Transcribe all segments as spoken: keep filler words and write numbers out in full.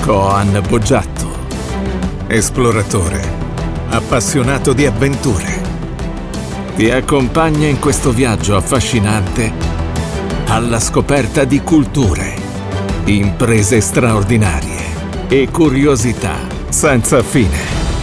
Coan Boggiatto, esploratore, appassionato di avventure, ti accompagna in questo viaggio affascinante alla scoperta di culture, imprese straordinarie e curiosità senza fine.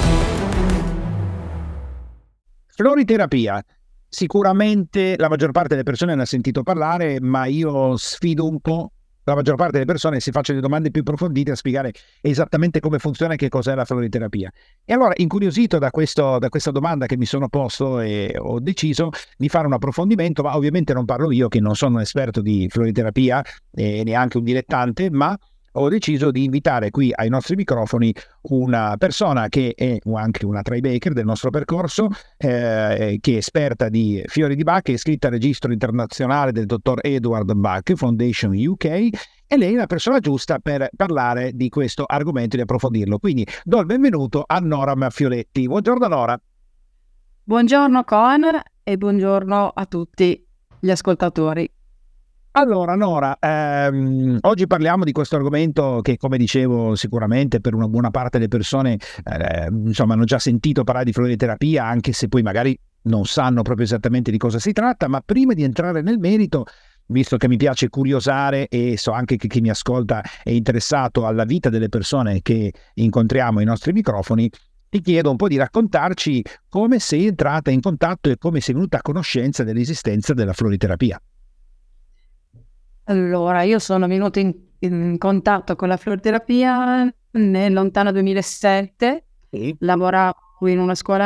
Floriterapia. Sicuramente la maggior parte delle persone ne ha sentito parlare, ma io sfido un po' la maggior parte delle persone si faccia delle domande più approfondite a spiegare esattamente come funziona e che cos'è la floriterapia. E allora, incuriosito da, questo, da questa domanda che mi sono posto, e ho deciso di fare un approfondimento, ma ovviamente non parlo io che non sono un esperto di floriterapia e neanche un dilettante, ma ho deciso di invitare qui ai nostri microfoni una persona che è anche una try baker del nostro percorso, eh, che è esperta di fiori di Bach, è iscritta al registro internazionale del dottor Edward Bach Foundation U K, e lei è la persona giusta per parlare di questo argomento e di approfondirlo. Quindi do il benvenuto a Nora Maffioletti. Buongiorno Nora. Buongiorno Coan e buongiorno a tutti gli ascoltatori. Allora Nora, ehm, oggi parliamo di questo argomento che, come dicevo, sicuramente per una buona parte delle persone eh, insomma hanno già sentito parlare di floriterapia, anche se poi magari non sanno proprio esattamente di cosa si tratta. Ma prima di entrare nel merito, visto che mi piace curiosare e so anche che chi mi ascolta è interessato alla vita delle persone che incontriamo ai nostri microfoni, ti chiedo un po' di raccontarci come sei entrata in contatto e come sei venuta a conoscenza dell'esistenza della floriterapia. Allora, io sono venuta in, in contatto con la floriterapia nel lontano duemilasette, Sì. Lavoravo in una scuola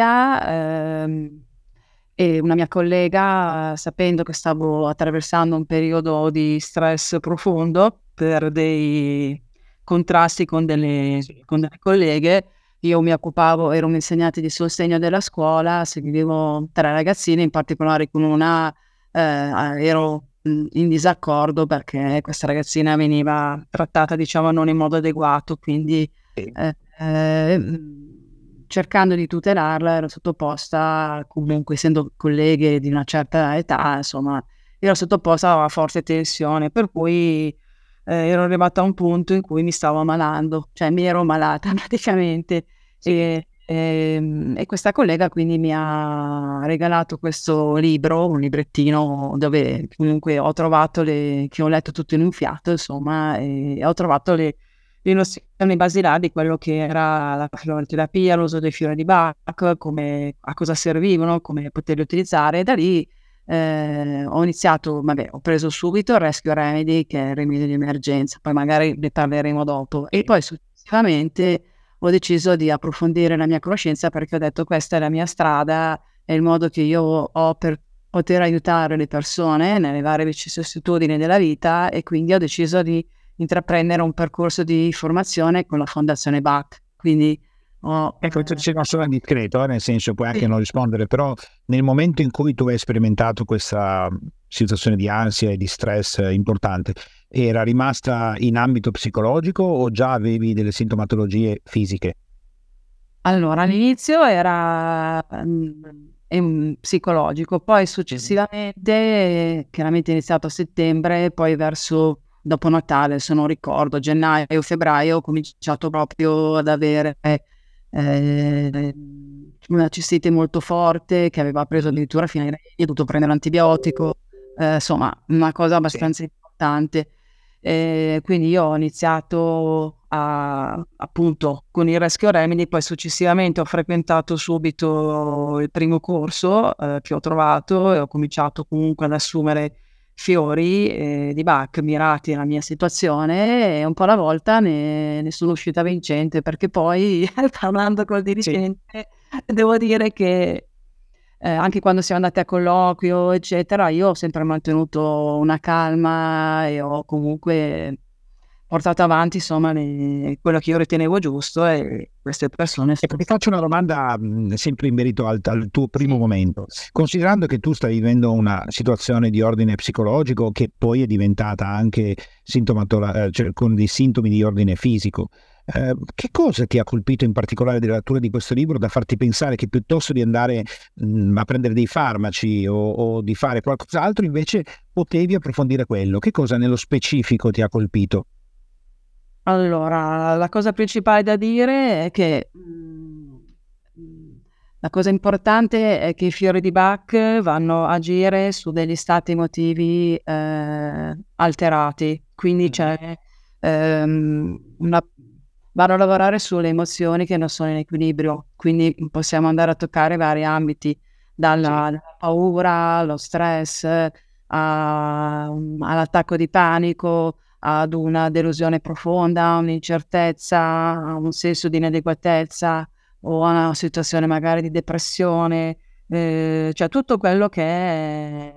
media ehm, e una mia collega, sapendo che stavo attraversando un periodo di stress profondo per dei contrasti con delle, con delle colleghe, io mi occupavo, ero un'insegnante di sostegno della scuola, seguivo tre ragazzine, in particolare con una eh, ero in disaccordo perché questa ragazzina veniva trattata, diciamo, non in modo adeguato, quindi eh, eh, cercando di tutelarla ero sottoposta, comunque essendo colleghe di una certa età, insomma, ero sottoposta a forte tensione, per cui eh, ero arrivata a un punto in cui mi stavo ammalando, cioè mi ero malata praticamente. Sì. E, e, e questa collega quindi mi ha regalato questo libro, un librettino dove comunque ho trovato le, che ho letto tutto in un fiato, insomma, e ho trovato le, le nozioni basilari di quello che era la floroterapia, l'uso dei fiori di Bach, come, a cosa servivano, come poterli utilizzare, e da lì eh, ho iniziato, vabbè, ho preso subito il Rescue Remedy, che è il rimedio di emergenza, poi magari ne parleremo dopo, e poi successivamente ho deciso di approfondire la mia conoscenza, perché ho detto questa è la mia strada, è il modo che io ho per poter aiutare le persone nelle varie vicissitudini della vita, e quindi ho deciso di intraprendere un percorso di formazione con la Fondazione Bach. Quindi ho... Ecco, se non sono discreto, eh, nel senso puoi anche sì. non rispondere, però nel momento in cui tu hai sperimentato questa situazione di ansia e di stress importante, era rimasta in ambito psicologico o già avevi delle sintomatologie fisiche? Allora, all'inizio era um, psicologico, poi successivamente, chiaramente è iniziato a settembre, poi verso dopo Natale, se non ricordo, gennaio o febbraio, ho cominciato proprio ad avere eh, una cistite molto forte che aveva preso addirittura fino ai reni, ho dovuto prendere l'antibiotico, eh, insomma, una cosa abbastanza importante. Eh, quindi io ho iniziato a, appunto con il Rescue Remedy, poi successivamente ho frequentato subito il primo corso eh, che ho trovato, e ho cominciato comunque ad assumere fiori eh, di Bach mirati alla mia situazione, e un po' alla volta ne, ne sono uscita vincente, perché poi parlando col dirigente sì. devo dire che Eh, anche quando siamo andati a colloquio eccetera, io ho sempre mantenuto una calma e ho comunque portato avanti insomma le, quello che io ritenevo giusto, e queste persone ecco, ti faccio una domanda mh, sempre in merito al, al tuo primo momento, considerando che tu stai vivendo una situazione di ordine psicologico che poi è diventata anche sintomatola- cioè, con dei sintomi di ordine fisico. Eh, che cosa ti ha colpito in particolare della lettura di questo libro da farti pensare che piuttosto di andare mh, a prendere dei farmaci o, o di fare qualcos'altro invece potevi approfondire quello? Che cosa nello specifico ti ha colpito? Allora, la cosa principale da dire è che mh, la cosa importante è che i fiori di Bach vanno a agire su degli stati emotivi eh, alterati, quindi c'è ehm, una, vanno a lavorare sulle emozioni che non sono in equilibrio, quindi possiamo andare a toccare vari ambiti, dalla, dalla paura, allo stress, a- all'attacco di panico, ad una delusione profonda, un'incertezza, a un senso di inadeguatezza o a una situazione magari di depressione, eh, cioè tutto quello che è,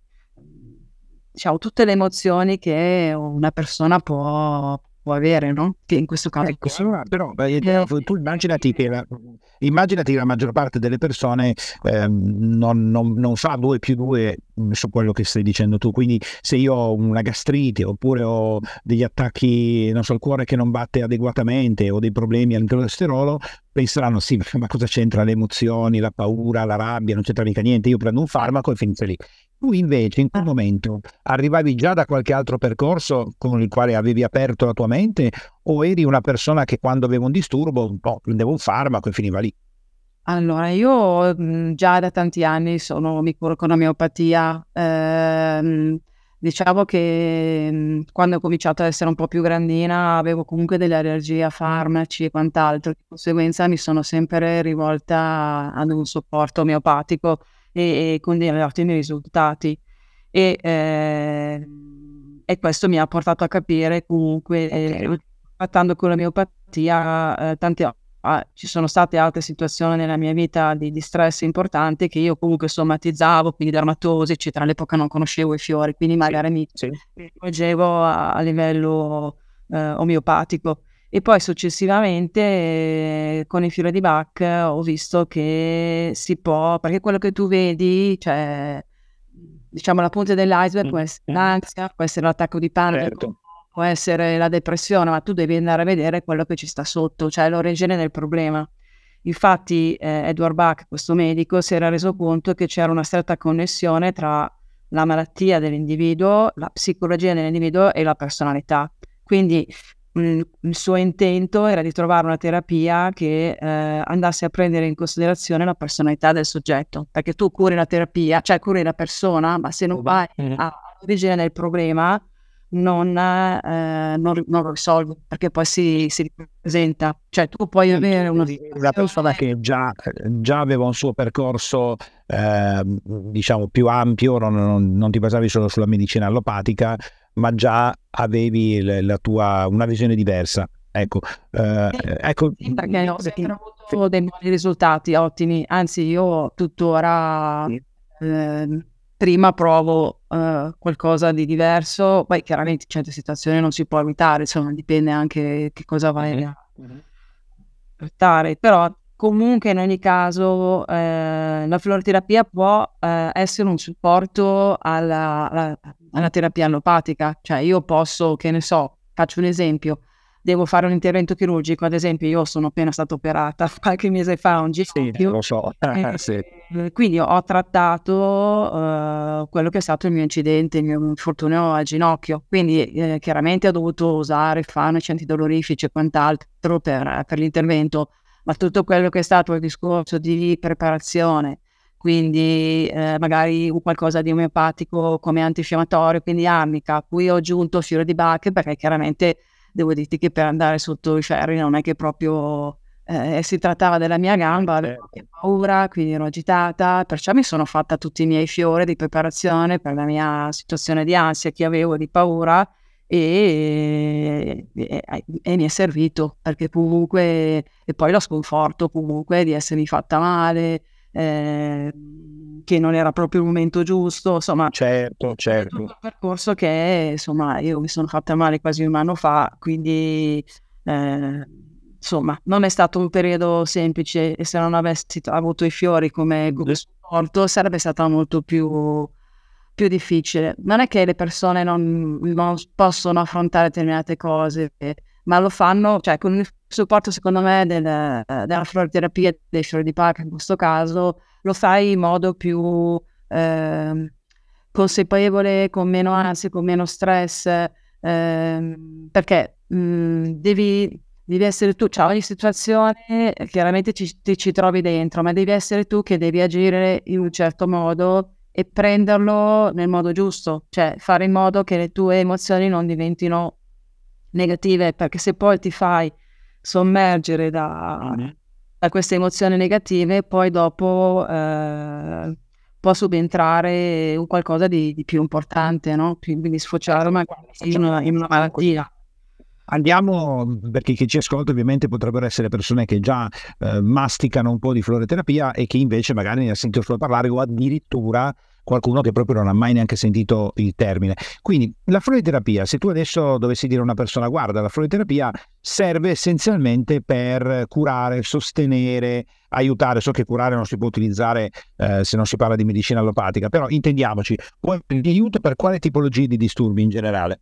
diciamo, tutte le emozioni che una persona può, può avere, no? Che in questo caso Ecco, allora, però eh, Eh, tu immaginati che la, immaginati che la maggior parte delle persone ehm, non, non- non fa due più due mh, su quello che stai dicendo tu. Quindi se io ho una gastrite oppure ho degli attacchi, non so, il cuore che non batte adeguatamente o dei problemi al colesterolo, penseranno sì, ma cosa c'entra le emozioni, la paura, la rabbia, non c'entra mica niente, io prendo un farmaco e finisce lì. Tu invece in quel momento arrivavi già da qualche altro percorso con il quale avevi aperto la tua mente, o eri una persona che quando aveva un disturbo, un po' prendeva un farmaco e finiva lì? Allora, io mh, già da tanti anni sono, mi curo con omeopatia. Ehm, diciamo che mh, quando ho cominciato ad essere un po' più grandina avevo comunque delle allergie a farmaci e quant'altro, di conseguenza mi sono sempre rivolta ad un supporto omeopatico e, e con degli ottimi risultati. E, ehm, e questo mi ha portato a capire comunque, eh, trattando con l'omeopatia, eh, tante ah, ci sono state altre situazioni nella mia vita di, di stress importanti che io comunque somatizzavo, quindi dermatosi, eccetera. All'epoca non conoscevo i fiori, quindi magari mi Sì. rivolgevo a, a livello eh, omeopatico. E poi successivamente eh, con i fiori di Bach ho visto che si può, perché quello che tu vedi, cioè, diciamo la punta dell'iceberg può essere l'ansia, può essere l'attacco di panico, Certo. può essere la depressione, ma tu devi andare a vedere quello che ci sta sotto, cioè l'origine del problema. Infatti eh, Edward Bach, questo medico, si era reso conto che c'era una stretta connessione tra la malattia dell'individuo, la psicologia dell'individuo e la personalità. Quindi mh, il suo intento era di trovare una terapia che eh, andasse a prendere in considerazione la personalità del soggetto, perché tu curi la terapia, cioè curi la persona, ma se non vai a- all'origine del problema non, eh, non, non lo risolvi, perché poi si, si ripresenta. Cioè tu puoi avere una Una persona che già, già aveva un suo percorso eh, diciamo più ampio, non, non- non ti basavi solo sulla medicina allopatica, ma già avevi l- la tua, una visione diversa. Ecco, eh, ecco, Sì, perché ho sempre avuto dei buoni risultati, ottimi, anzi io tuttora ehm, prima provo eh, qualcosa di diverso, poi chiaramente in certe situazioni non si può evitare, insomma dipende anche che cosa vai a trattare, però comunque in ogni caso eh, la floroterapia può eh, essere un supporto alla, alla- alla terapia allopatica, cioè io posso, che ne so, faccio un esempio, devo fare un intervento chirurgico, ad esempio io sono appena stata operata qualche mese fa, un sì, ginocchio, lo so. eh, Sì. eh, quindi ho trattato eh, quello che è stato il mio incidente, il mio infortunio al ginocchio, quindi eh, chiaramente ho dovuto usare farmaci antidolorifici e quant'altro per, per l'intervento, ma tutto quello che è stato il discorso di preparazione, quindi eh, magari un qualcosa di omeopatico come antinfiammatorio, quindi arnica, a cui ho aggiunto fiore di Bach, perché chiaramente devo dirti che per andare sotto i ferri non è che proprio eh, si trattava della mia gamba, avevo Certo. paura, quindi ero agitata, perciò mi sono fatta tutti i miei fiori di preparazione per la mia situazione di ansia che avevo, di paura, e, e, e mi è servito, perché comunque, e poi lo sconforto comunque di essermi fatta male, eh, che non era proprio il momento giusto, insomma, Certo, è certo. tutto un percorso che insomma io mi sono fatta male quasi un anno fa, quindi eh, insomma non è stato un periodo semplice, e se non avessi avuto i fiori come, come supporto sarebbe stata molto più, più difficile. Non è che le persone non, non possono affrontare determinate cose, ma lo fanno, cioè con il supporto secondo me del, eh, della floroterapia, dei fiori di Bach in questo caso, lo fai in modo più ehm, consapevole, con meno ansia, con meno stress, ehm, perché mh, devi, devi essere tu, cioè ogni situazione eh, chiaramente ci, ti ci trovi dentro, ma devi essere tu che devi agire in un certo modo e prenderlo nel modo giusto, cioè fare in modo che le tue emozioni non diventino negative, perché se poi ti fai sommergere da, da queste emozioni negative, poi dopo eh, può subentrare un qualcosa di, di più importante, no? Quindi sfociare magari in una, in una malattia. Andiamo, perché chi ci ascolta ovviamente potrebbero essere persone che già eh, masticano un po' di fluoroterapia e che invece magari ne ha sentito solo parlare, o addirittura qualcuno che proprio non ha mai neanche sentito il termine. Quindi la fluoroterapia, se tu adesso dovessi dire a una persona guarda, la fluoroterapia serve essenzialmente per curare, sostenere, aiutare. So che curare non si può utilizzare eh, se non si parla di medicina allopatica, però intendiamoci, può di aiuto per quale tipologia di disturbi in generale?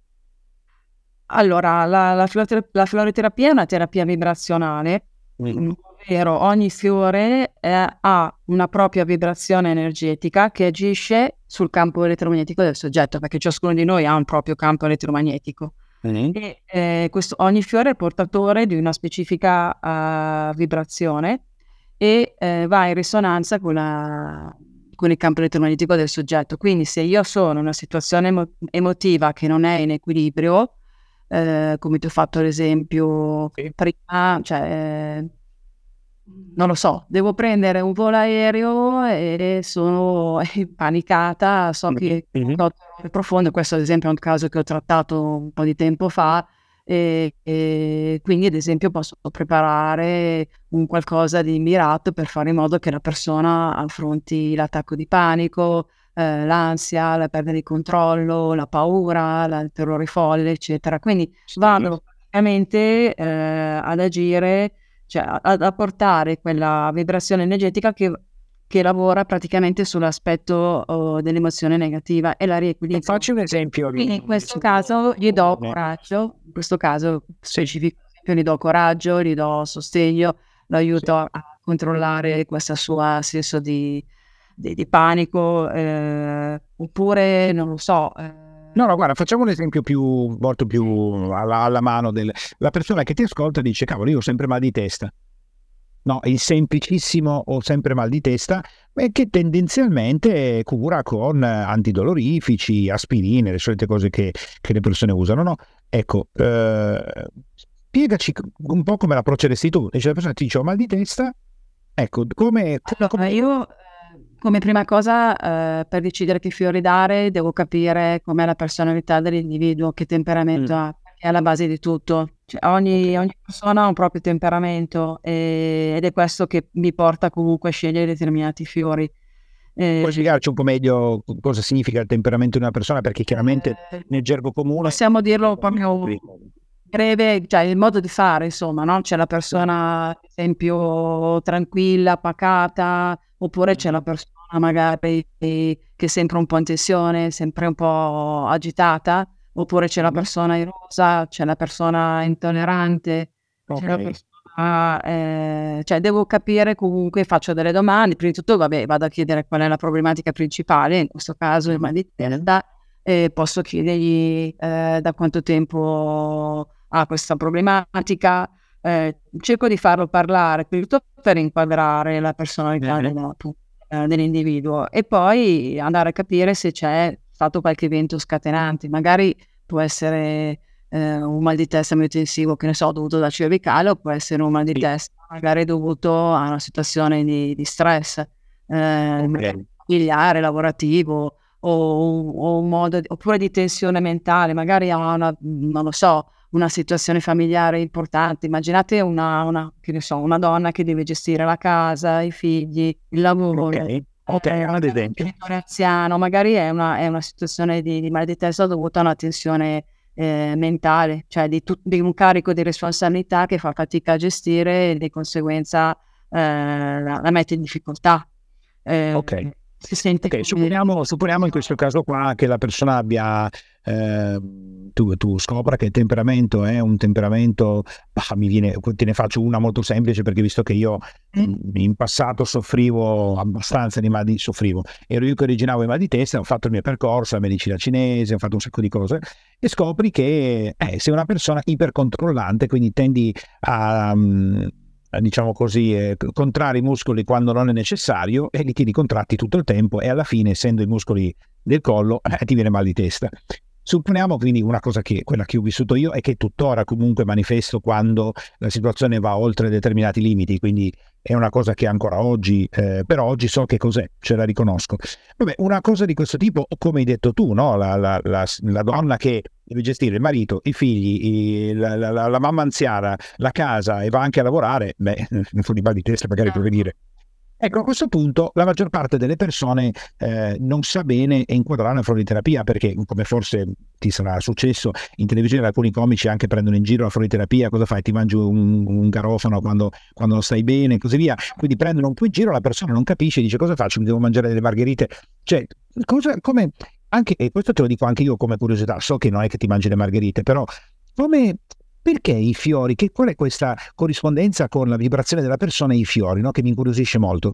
Allora, la, la, fluorotera- la fluoroterapia è una terapia vibrazionale, Mm. ovvero ogni fiore eh, ha una propria vibrazione energetica che agisce sul campo elettromagnetico del soggetto, perché ciascuno di noi ha un proprio campo elettromagnetico. Mm. E, eh, questo, ogni fiore è portatore di una specifica eh, vibrazione e eh, va in risonanza con, la- con il campo elettromagnetico del soggetto. Quindi se io sono in una situazione emo- emotiva che non è in equilibrio, eh, come ti ho fatto l'esempio Sì. prima, cioè, eh, non lo so, devo prendere un volo aereo e sono impanicata, so che Mhm. è profondo, questo ad esempio è un caso che ho trattato un po' di tempo fa, e, e quindi ad esempio posso preparare un qualcosa di mirato per fare in modo che la persona affronti l'attacco di panico, eh, l'ansia, la perdita di controllo, la paura, la- il terrore folle, eccetera. Quindi vado praticamente eh, ad agire, cioè a- ad apportare quella vibrazione energetica che, che lavora praticamente sull'aspetto oh, dell'emozione negativa e la riequilibra. Facci un esempio. Quindi in questo caso gli do coraggio, in questo caso specifico, gli do coraggio, gli do sostegno, lo aiuto a a controllare questo suo senso di, di- di panico, eh, oppure non lo so. eh, No, no, guarda, facciamo un esempio più, molto più alla, alla mano del, la persona che ti ascolta dice, cavolo, io ho sempre mal di testa. No, il semplicissimo ho sempre mal di testa, e che tendenzialmente cura con antidolorifici, aspirine, le solite cose che, che le persone usano, no? Ecco, eh, spiegaci un po' come l'approcceresti tu. Dice la persona, ti dice, ho mal di testa, ecco, come... Allora, come- io eh, come prima cosa, eh, per decidere che fiori dare, devo capire com'è la personalità dell'individuo, che temperamento Mm. ha, perché è alla base di tutto. Cioè, ogni, ogni persona ha un proprio temperamento e- ed è questo che mi porta comunque a scegliere determinati fiori. Eh, Puoi spiegarci un po' meglio cosa significa il temperamento di una persona? Perché chiaramente eh, nel gergo comune... possiamo dirlo proprio breve, cioè il modo di fare, insomma, no? C'è la persona, ad esempio, tranquilla, pacata, oppure c'è la persona magari che è sempre un po' in tensione, sempre un po' agitata, oppure c'è la persona irosa, c'è la persona intollerante, c'è la Ok. persona, eh, cioè devo capire comunque, faccio delle domande, prima di tutto, vabbè, vado a chiedere qual è la problematica principale, in questo caso il mal di testa, e posso chiedergli eh, da quanto tempo ha questa problematica, eh, cerco di farlo parlare, prima di tutto per inquadrare la personalità Mhm. della- eh, dell'individuo e poi andare a capire se c'è stato qualche evento scatenante, magari può essere eh, un mal di testa medio tensivo, che ne so, dovuto da cervicale, o può essere un mal di Sì. testa magari dovuto a una situazione di, di stress eh, Ok. familiare, lavorativo, o, un- o un modo, di- oppure di tensione mentale, magari ha una, non lo so, una situazione familiare importante. Immaginate una, una, che ne so, una donna che deve gestire la casa, i figli, il lavoro, Ok, ok, eh, ad un esempio. genitore anziano, magari è una, è una situazione di, di mal di testa dovuta a una tensione eh, mentale, cioè di, tut- di un carico di responsabilità che fa fatica a gestire e di conseguenza eh, la, la mette in difficoltà. Eh, Ok. si sente Ok, come- supponiamo, supponiamo in questo caso qua che la persona abbia, eh, tu, tu scopra che il temperamento è un temperamento, bah, mi viene, te ne faccio una molto semplice perché visto che io mh, in passato soffrivo abbastanza di mal di, soffrivo, ero io che originavo i mal di testa, ho fatto il mio percorso, la medicina cinese, ho fatto un sacco di cose e scopri che eh, sei una persona ipercontrollante, quindi tendi a... mh, diciamo così, eh, contrarre i muscoli quando non è necessario e li tieni contratti tutto il tempo e alla fine, essendo i muscoli del collo, eh, ti viene mal di testa. Supponiamo quindi una cosa che quella che ho vissuto io e che tuttora comunque manifesto quando la situazione va oltre determinati limiti, quindi è una cosa che ancora oggi, eh, però oggi so che cos'è, ce la riconosco. Vabbè, una cosa di questo tipo, come hai detto tu, no? La, la, la, la donna che deve gestire il marito, i figli, i- la, la, la, la mamma anziana, la casa e va anche a lavorare, beh, un po' di mal di testa magari puoi venire. Ecco, a questo punto la maggior parte delle persone eh, non sa bene inquadrare la floriterapia perché, come forse ti sarà successo, in televisione alcuni comici anche prendono in giro la floriterapia, cosa fai? Ti mangi un, un garofano quando, quando non stai bene e così via. Quindi prendono un po' in giro, la persona non capisce, dice cosa faccio? Mi devo mangiare delle margherite? Cioè, cosa, come, anche, e questo te lo dico anche io come curiosità, so che non è che ti mangi le margherite, però come... Perché i fiori? Che, qual è questa corrispondenza con la vibrazione della persona e i fiori, no? Che mi incuriosisce molto.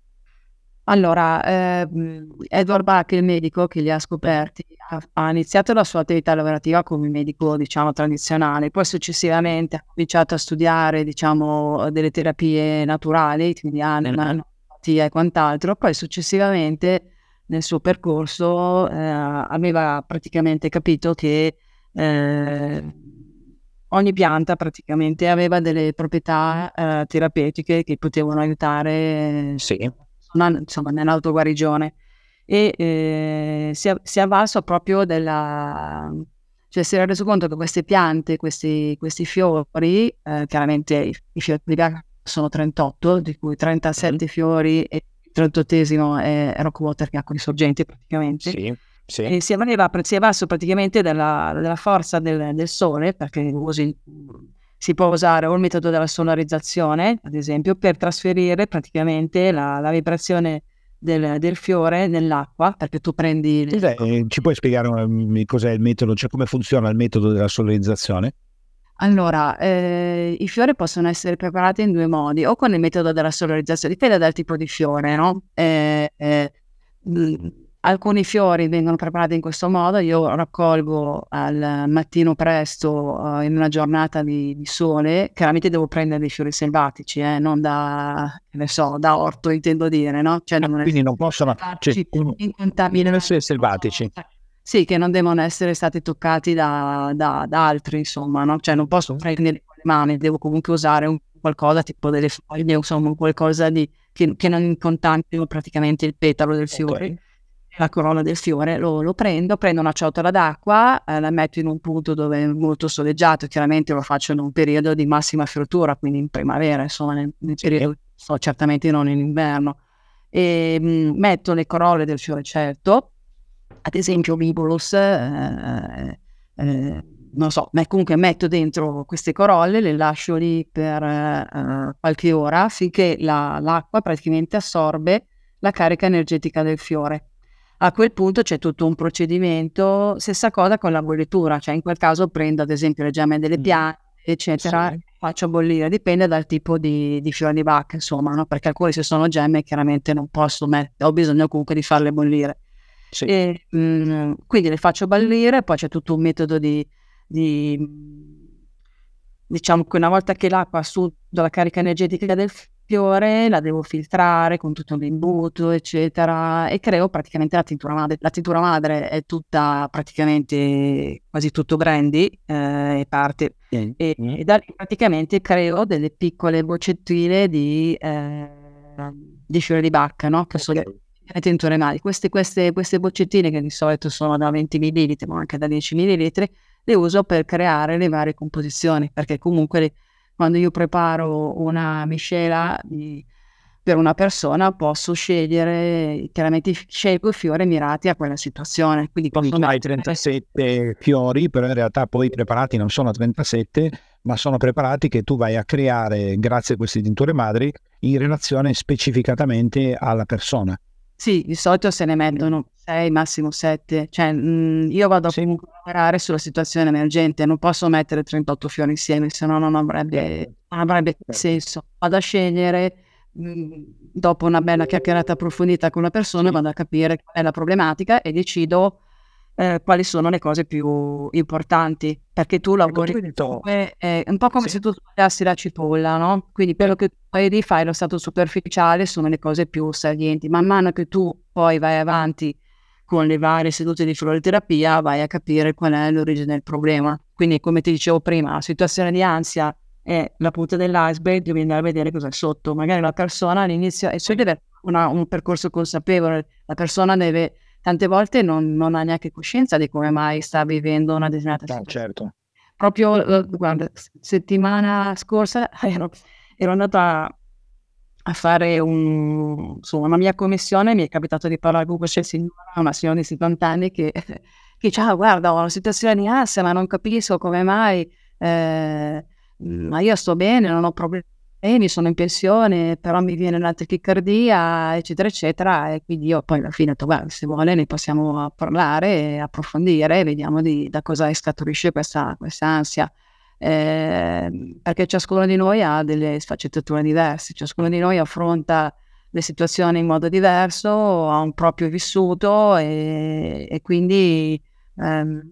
Allora, ehm, Edward Bach, il medico che li ha scoperti, ha, ha iniziato la sua attività lavorativa come medico, diciamo, tradizionale, poi successivamente ha cominciato a studiare, diciamo, delle terapie naturali, quindi omeopatia e quant'altro, poi successivamente nel suo percorso eh, aveva praticamente capito che eh, ogni pianta praticamente aveva delle proprietà eh, terapeutiche che potevano aiutare Sì. non- insomma, nell'autoguarigione e eh, si, è, si è avvalso proprio della... cioè si era reso conto che queste piante, questi, questi fiori, eh, chiaramente i, i fiori di Bach sono trentotto, di cui trentasette Mhm. fiori e il trentottesimo è, è Rock Water che acque sorgenti praticamente. Sì, sì. E si avvaleva, si è avvalso praticamente della, della forza del, del sole, perché usi, si può usare o il metodo della solarizzazione, ad esempio, per trasferire praticamente la, la vibrazione del, del fiore nell'acqua, perché tu prendi... Cos'è, eh, ci puoi spiegare um, cos'è il metodo, cioè come funziona il metodo della solarizzazione? Allora, eh, i fiori possono essere preparati in due modi, o con il metodo della solarizzazione, dipende dal tipo di fiore, no? Eh, eh, mh, alcuni fiori vengono preparati in questo modo, io raccolgo al mattino presto, eh, in una giornata di, di sole, chiaramente devo prendere dei fiori selvatici, eh, non da, che ne so, da orto intendo dire, no? Cioè devono Quindi essere non possono, cioè, selvatici, devono incontaminati. essere selvatici. Sì, che non devono essere stati toccati da, da- da altri, insomma, no? Cioè non posso prenderli con le mani, devo comunque usare un qualcosa tipo delle foglie, insomma, un qualcosa di, che, che non contaminino praticamente il petalo del fiore, Ok. la corolla del fiore, lo, lo prendo, prendo una ciotola d'acqua, eh, la metto in un punto dove è molto soleggiato, chiaramente lo faccio in un periodo di massima fioritura, quindi in primavera, insomma, nel, nel Sì. periodo, so, certamente non in inverno, e mh, metto le corolle del fiore certo, ad esempio Bibulus, eh, eh, non so, ma comunque metto dentro queste corolle, le lascio lì per eh, qualche ora finché la- l'acqua praticamente assorbe la carica energetica del fiore. A quel punto c'è tutto un procedimento, stessa cosa con la bollitura, cioè in quel caso prendo ad esempio le gemme delle Mm. piante, eccetera, Sì. faccio bollire, dipende dal tipo di, di fiore di Bach, insomma, no? Perché alcuni se sono gemme chiaramente non posso mettere, ho bisogno comunque di farle bollire. Sì. E, mm, quindi le faccio bollire, poi c'è tutto un metodo di, di, diciamo che una volta che l'acqua ha assunto la carica energetica del fiore, la devo filtrare con tutto l'imbuto, eccetera, e creo praticamente la tintura madre. La tintura madre è tutta praticamente quasi tutto brandy, eh, e parte Mm. e, e da lì praticamente creo delle piccole boccettine di, eh, di fiore di Bach, no? Che sono Ok. le tinture madri. Queste, queste, queste boccettine, che di solito sono da venti millilitri, ma anche da dieci millilitri, le uso per creare le varie composizioni, perché comunque le- quando io preparo una miscela di- per una persona posso scegliere, chiaramente scelgo i fiori mirati a quella situazione, quindi Quindi posso tu hai mettere... trentasette fiori, però in realtà poi i preparati non sono trentasette, ma sono preparati che tu vai a creare grazie a queste tinture madri in relazione specificatamente alla persona. Sì, di solito se ne mettono sei, massimo sette. Cioè, mhmm, io vado Sì. comunque a lavorare sulla situazione emergente, non posso mettere trentotto fiori insieme, se no non avrebbe Certo, non avrebbe certo. senso. Vado a scegliere, mhmm, dopo una bella chiacchierata approfondita con la persona, Sì. vado a capire qual è la problematica e decido, ehm, quali sono le cose più importanti, perché tu Ecco, tu lavori hai detto comunque è un po' come sì, se tu sbagliassi la cipolla, no, quindi quello che poi lì fai lo stato superficiale sono le cose più salienti. Man mano che tu poi vai avanti con le varie sedute di fluoroterapia, vai a capire qual è l'origine del problema. Quindi, come ti dicevo prima, la situazione di ansia è la punta dell'iceberg, devi andare a vedere cos'è sotto. Magari la persona all'inizio e poi sì, deve una un percorso consapevole. La persona deve tante volte non non ha neanche coscienza di come mai sta vivendo una determinata no, situazione. certo. Proprio, uhm, guarda, s settimana scorsa ero ero andata a fare un insomma una mia commissione, mi è capitato di parlare con questa signora, una signora di settanta anni che che dice: "Ah guarda, ho una situazione di ansia, ma non capisco come mai, ehm, mhmm, ma io sto bene, non ho problemi, sono in pensione, però mi viene la tachicardia, eccetera, eccetera." E quindi io poi alla fine ho detto: "Guarda, se vuole ne possiamo parlare e approfondire e vediamo di da cosa scaturisce questa questa ansia." Ehm, perché ciascuno di noi ha delle sfaccettature diverse, ciascuno di noi affronta le situazioni in modo diverso, ha un proprio vissuto, e e quindi, ehm,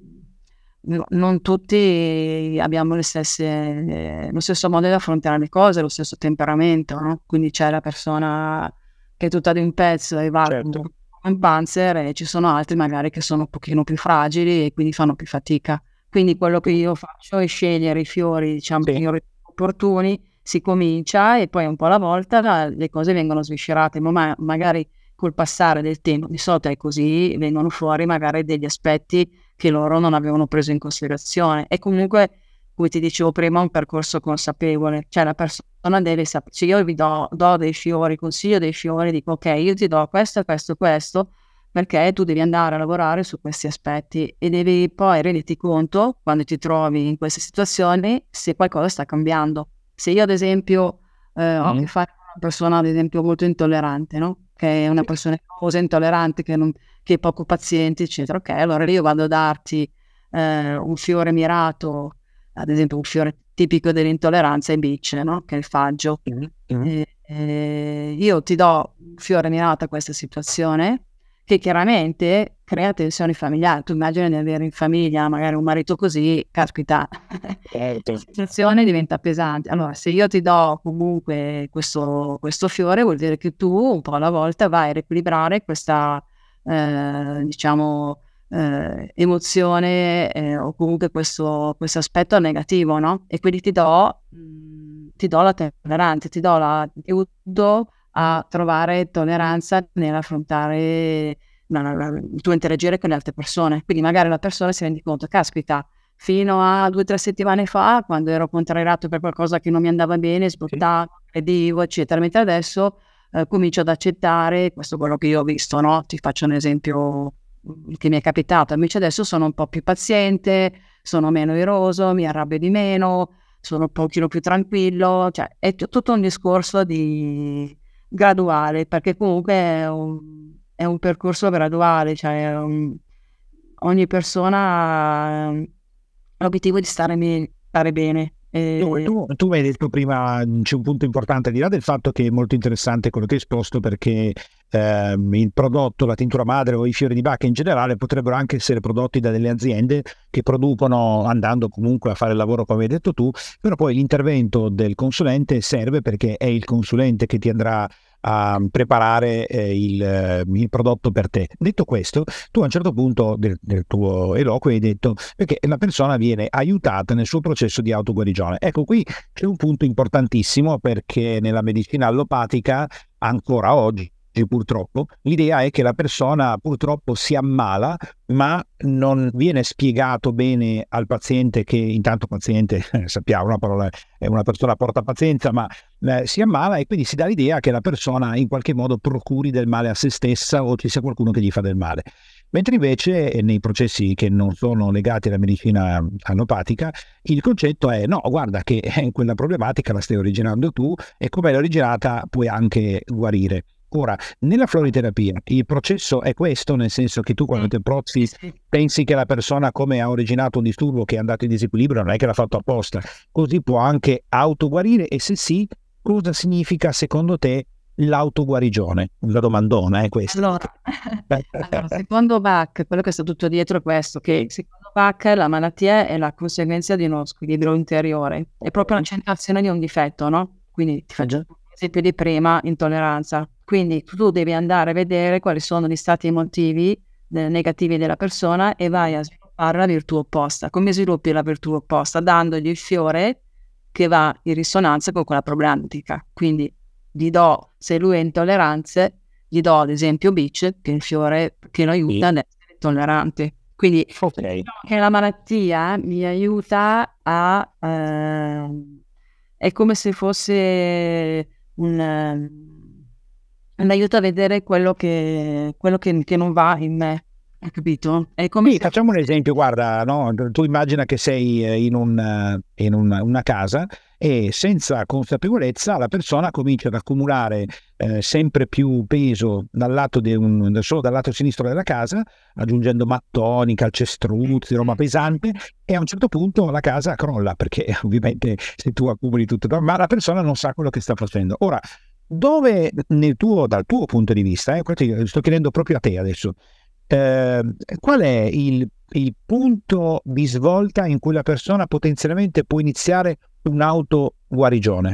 no non tutti abbiamo le stesse ehm, lo stesso modo di affrontare le cose, lo stesso temperamento, no, quindi c'è la persona che è tutta d'un pezzo e va come Certo. un panzer, e ci sono altri magari che sono un pochino più fragili e quindi fanno più fatica. Quindi quello che io faccio è scegliere i fiori, diciamo, i Sì, fiori opportuni, si comincia e poi un po' alla volta la le cose vengono sviscerate, ma ma magari col passare del tempo, di solito è così, vengono fuori magari degli aspetti che loro non avevano preso in considerazione. E comunque, come ti dicevo prima, un percorso consapevole, cioè la persona deve sap se io vi do do dei fiori, consiglio dei fiori, dico: "Okay, io ti do questo, questo, questo, perché tu devi andare a lavorare su questi aspetti e devi poi renderti conto, quando ti trovi in queste situazioni, se qualcosa sta cambiando." Se io ad esempio, ehm, ho a che mh, fare con una persona ad esempio molto intollerante, no, che è una sì, persona nervosa, intollerante, che non che è poco paziente, eccetera, okay, allora lì io vado a darti, ehm, un fiore mirato, ad esempio un fiore tipico dell'intolleranza è bice, no, che è il faggio. mh, mh, E, ehm, io ti do un fiore mirato a questa situazione, che chiaramente crea tensioni familiari. Tu immagina di avere in famiglia magari un marito così, caspita, la certo. situazione diventa pesante. Allora, se io ti do comunque questo questo fiore, vuol dire che tu un po' alla volta vai a riequilibrare questa, ehm, diciamo, ehm, emozione, ehm, o comunque questo questo aspetto negativo, no, e quindi ti do mhmm, ti do la tolleranza, ti do la ti aiuto a trovare tolleranza nell'affrontare la la la il tuo interagire con le altre persone. Quindi magari la persona si rende conto: "Caspita, fino a due, tre settimane fa, quando ero contrariato per qualcosa che non mi andava bene, Sì, sbottavo, aggredìvo, eccetera, mentre adesso, ehm, comincio ad accettare", questo è quello che io ho visto, no, ti faccio un esempio, mhmm, che mi è capitato. Invece adesso sono un po' più paziente, sono meno iroso, mi arrabbio di meno, sono un pochino più tranquillo, cioè è t tutto un discorso di graduale, perché comunque è un è un percorso graduale, cioè è un ogni persona ha l'obiettivo di stare me stare bene. dunque Ehm tu tu mi hai detto prima, mhmm, c'è un punto importante, al di là del fatto che è molto interessante quello che hai esposto perché, ehm, il prodotto, la tintura madre o i fiori di Bach in generale potrebbero anche essere prodotti da delle aziende che producono andando comunque a fare il lavoro come hai detto tu, però poi l'intervento del consulente serve perché è il consulente che ti andrà a preparare, ehm, il il prodotto per te. Detto questo, tu a un certo punto del del tuo eloquio hai detto perché la persona viene aiutata nel suo processo di autoguarigione. Ecco, qui c'è un punto importantissimo perché nella medicina allopatica ancora oggi purtroppo l'idea è che la persona purtroppo si ammala, ma non viene spiegato bene al paziente che intanto paziente sappiamo una parola è una persona porta pazienza, ma eh, si ammala e quindi si dà l'idea che la persona in qualche modo procuri del male a se stessa o ci sia qualcuno che gli fa del male. Mentre invece eh, nei processi che non sono legati alla medicina allopatica, il concetto è no, guarda che eh, quella problematica la stai originando tu e come l'hai originata puoi anche guarire. Ora, nella floriterapia il processo è questo, nel senso che tu quando ti approcci pensi che la persona, come ha originato un disturbo che è andato in disequilibrio, non è che l'ha fatto apposta, così può anche autoguarire, e se sì, cosa significa secondo te l'autoguarigione? Una domandona è questa. Allora, allora, secondo Bach, quello che sta tutto dietro è questo, che secondo Bach la malattia è la conseguenza di uno squilibrio interiore, è proprio la centrazione di un difetto, no? Quindi ti faccio esempio di prima, intolleranza. Quindi tu devi andare a vedere quali sono gli stati emotivi eh, negativi della persona e vai a sviluppare la virtù opposta. Come sviluppi la virtù opposta? Dandogli il fiore che va in risonanza con quella problematica. Quindi gli do, se lui è intollerante, gli do ad esempio Beach, che è il fiore che lo aiuta ad essere tollerante. Quindi okay. Diciamo che la malattia mi aiuta a... Eh, è come se fosse un, un aiuto a vedere quello che, quello che, che non va in me, hai capito? È come Sì, se... facciamo un esempio, guarda, no? Tu immagina che sei in, un, in una, una casa e senza consapevolezza la persona comincia ad accumulare eh, sempre più peso dal lato di un, solo dal lato sinistro della casa, aggiungendo mattoni, calcestruzzi, roba pesante, e a un certo punto la casa crolla, perché ovviamente se tu accumuli tutto, ma la persona non sa quello che sta facendo. Ora, dove nel tuo, dal tuo punto di vista, eh, ti sto chiedendo proprio a te adesso, eh, qual è il, il punto di svolta in cui la persona potenzialmente può iniziare un'autoguarigione?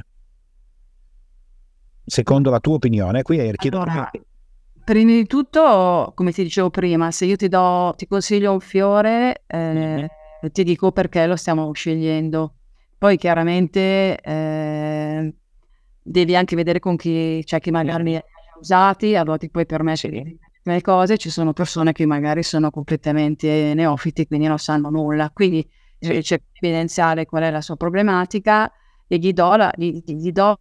Secondo la tua opinione, qui è chiedo Allora, prima di tutto, come ti dicevo prima, se io ti do, ti consiglio un fiore, eh, Mhm. ti dico perché lo stiamo scegliendo. Poi chiaramente eh, devi anche vedere con chi, c'è chi magari li ha usati, a volte puoi permettere le cose, ci sono persone che magari sono completamente neofiti, quindi non sanno nulla. Quindi eh, cerco di evidenziare qual è la sua problematica e gli do, la, gli, gli do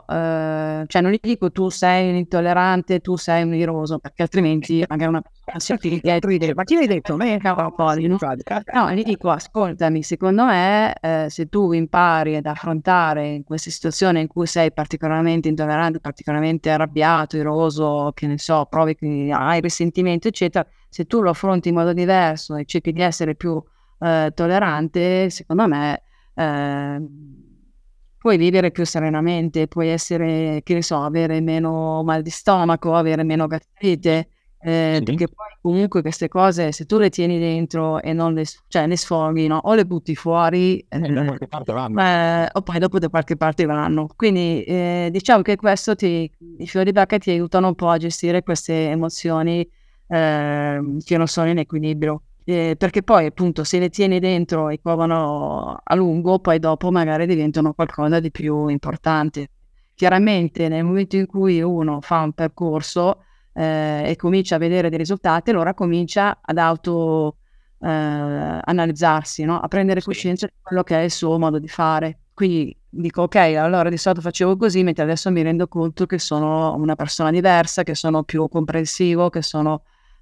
eh, cioè non gli dico tu sei un intollerante, tu sei un iroso, perché altrimenti magari una persona si attira, ma chi l'hai detto? Me? No, gli dico ascoltami, secondo me eh, se tu impari ad affrontare queste situazioni in cui sei particolarmente intollerante, particolarmente arrabbiato, iroso, che ne so, provi che hai risentimento eccetera, se tu lo affronti in modo diverso e cerchi di essere più eh, tollerante, secondo me eh, puoi vivere più serenamente, puoi essere, che ne so, avere meno mal di stomaco, avere meno gastrite, eh, Sì. perché poi comunque queste cose, se tu le tieni dentro e non le, cioè, le sfoghi, no? O le butti fuori, eh, da qualche parte vanno. eh, o poi dopo da qualche parte vanno. Quindi eh, diciamo che questo ti, i fiori di Bacca ti aiutano un po' a gestire queste emozioni eh, che non sono in equilibrio. Eh, perché poi appunto se le tieni dentro e covano a lungo, poi dopo magari diventano qualcosa di più importante. Chiaramente nel momento in cui uno fa un percorso eh, e comincia a vedere dei risultati, allora comincia ad auto eh, analizzarsi, no? A prendere coscienza di quello che è il suo modo di fare. Quindi dico ok, allora di solito facevo così, mentre adesso mi rendo conto che sono una persona diversa, che sono più comprensivo, che sono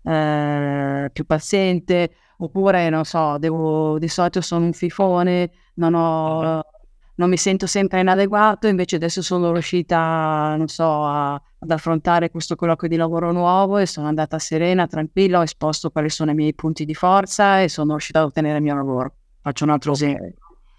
eh, più paziente, oppure non so, devo, di solito sono un fifone, non ho, non mi sento sempre inadeguato, invece adesso sono riuscita, non so, a, ad affrontare questo colloquio di lavoro nuovo e sono andata serena, tranquilla, ho esposto quali sono i miei punti di forza e sono riuscita ad ottenere il mio lavoro. Faccio un altro esempio.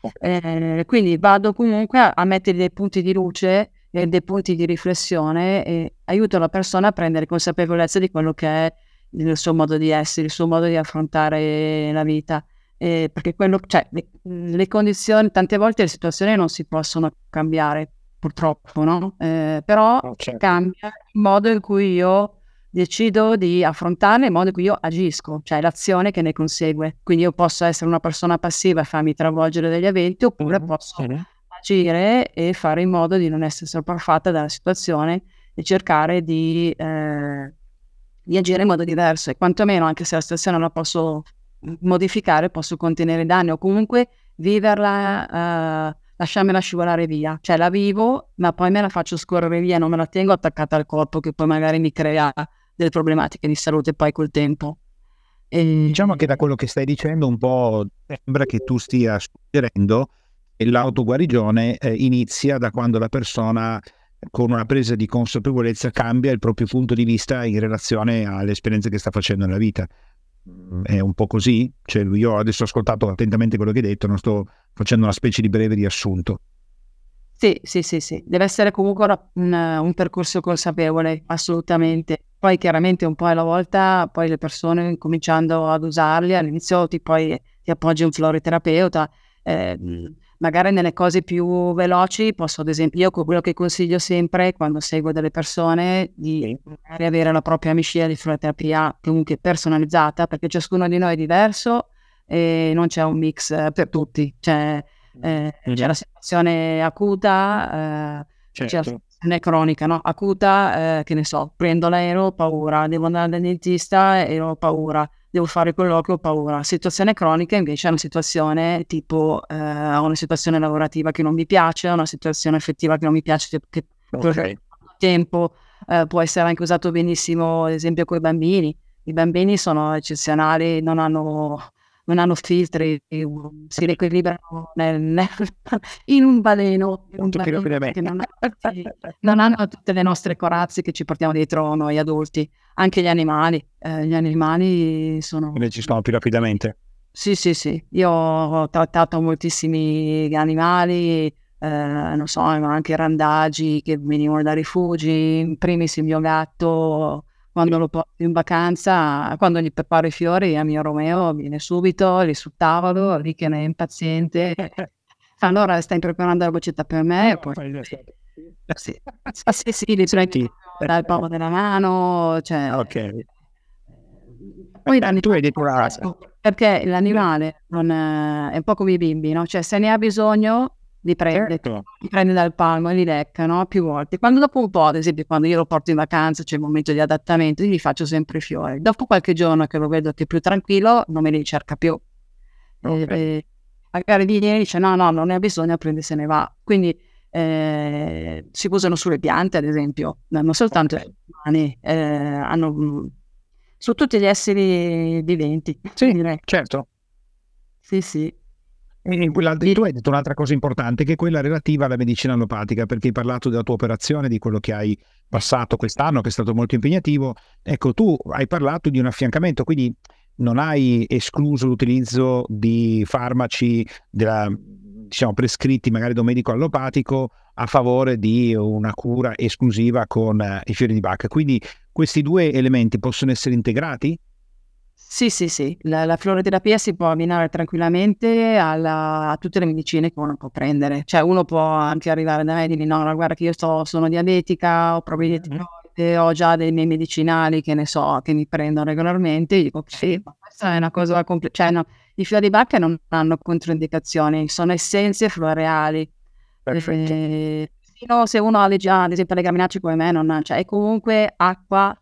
Eh, quindi vado comunque a, a mettere dei punti di luce e dei punti di riflessione e aiuto la persona a prendere consapevolezza di quello che è il suo modo di essere, il suo modo di affrontare la vita. Eh, perché quello, cioè, le, le condizioni, tante volte le situazioni non si possono cambiare, purtroppo, no? Eh, però Oh, certo. cambia il modo in cui io decido di affrontarle, il modo in cui io agisco, cioè l'azione che ne consegue. Quindi io posso essere una persona passiva e farmi travolgere dagli eventi, oppure Mhm. posso Mhm. agire e fare in modo di non essere sopraffatta dalla situazione e cercare di, eh, di agire in modo diverso. E quantomeno, anche se la situazione non la posso modificare, posso contenere i danni o comunque viverla, eh, lasciarmela scivolare via. Cioè la vivo, ma poi me la faccio scorrere via, non me la tengo attaccata al corpo che poi magari mi crea delle problematiche di salute poi col tempo. E... Diciamo che da quello che stai dicendo un po' sembra che tu stia suggerendo che l'autoguarigione eh, inizia da quando la persona con una presa di consapevolezza cambia il proprio punto di vista in relazione alle esperienze che sta facendo nella vita. È un po' così? Cioè, io adesso ho ascoltato attentamente quello che hai detto, non sto facendo una specie di breve riassunto. Sì, sì, sì, sì, deve essere comunque una- un, un percorso consapevole, assolutamente. Poi chiaramente un po' alla volta, poi le persone cominciando ad usarli, all'inizio ti poi ti appoggi un floriterapeuta, eh, mh, magari nelle cose più veloci posso, ad esempio, io quello che consiglio sempre quando seguo delle persone di Sì. magari avere la propria miscela di floriterapia comunque personalizzata, perché ciascuno di noi è diverso e non c'è un mix eh, per tutti, cioè eh, c'è la situazione acuta, eh, c'è la Certo. situazione cronica, no? Acuta, eh, che ne so, prendo l'aereo, ho paura, devo andare dal dentista e ho paura, devo fare il colloquio, ho paura. Situazione cronica invece è una situazione tipo, eh, ho una situazione lavorativa che non mi piace, ho una situazione affettiva che non mi piace, che, che Ok. per tempo eh, può essere anche usato benissimo, ad esempio, con i bambini. I bambini sono eccezionali, non hanno non hanno filtri, si riequilibrano nel, nel, in un baleno, in un Molto più baleno rapidamente. che non, ha tutti- non hanno tutte le nostre corazze che ci portiamo dietro noi adulti, anche gli animali. Eh, gli animali sono... Reagiscono più rapidamente. Sì, sì, sì. Io ho trattato moltissimi animali, eh, non so, ma anche randagi che venivano da rifugi, in primis il mio gatto, quando lo porto in vacanza, quando gli preparo i fiori, a mio Romeo viene subito, lì sul tavolo, lì che ne è impaziente. Fa, allora stai preparando la boccetta per me? E poi, sì, sì, sì, sì, li prendi dal palmo della mano, cioè... Ok. Poi Eh, tu hai detto una... perché l'animale non è, è un po' come i bimbi, no? Cioè se ne ha bisogno li prende, Certo. li prende dal palmo e li lecca, no? Più volte. Quando dopo un po', ad esempio, quando io lo porto in vacanza, c'è il momento di adattamento, io gli faccio sempre i fiori. Dopo qualche giorno che lo vedo che è più tranquillo, non me li cerca più. Ok. E, e magari viene e dice no, no, non ne ha bisogno, prende e se ne va. Quindi eh, si usano sulle piante, ad esempio, non soltanto Ok. gli umani, eh, hanno mh, su tutti gli esseri viventi, Sì, direi. certo. Sì, sì. E quella- Sì. tu hai detto un'altra cosa importante, che è quella relativa alla medicina allopatica, perché hai parlato della tua operazione, di quello che hai passato quest'anno, che è stato molto impegnativo. Ecco, tu hai parlato di un affiancamento, quindi non hai escluso l'utilizzo di farmaci della- diciamo, prescritti magari da un medico allopatico a favore di una cura esclusiva con eh, i fiori di Bach. Quindi questi due elementi possono essere integrati? Sì, sì, sì, la, la floroterapia si può abbinare tranquillamente alla- a tutte le medicine che uno può prendere, cioè uno può anche arrivare da me e dirmi no, no, guarda che io sto- sono diabetica, ho problemi di tiroide, ho già dei miei medicinali che ne so, che mi prendo regolarmente, io dico sì, ma questa è una cosa complessa, cioè no, i fiori di Bach non hanno controindicazioni, sono essenze floreali. Perfetto. Eh, fino se uno ha già, ad esempio, le graminacee come me, non, cioè è comunque acqua.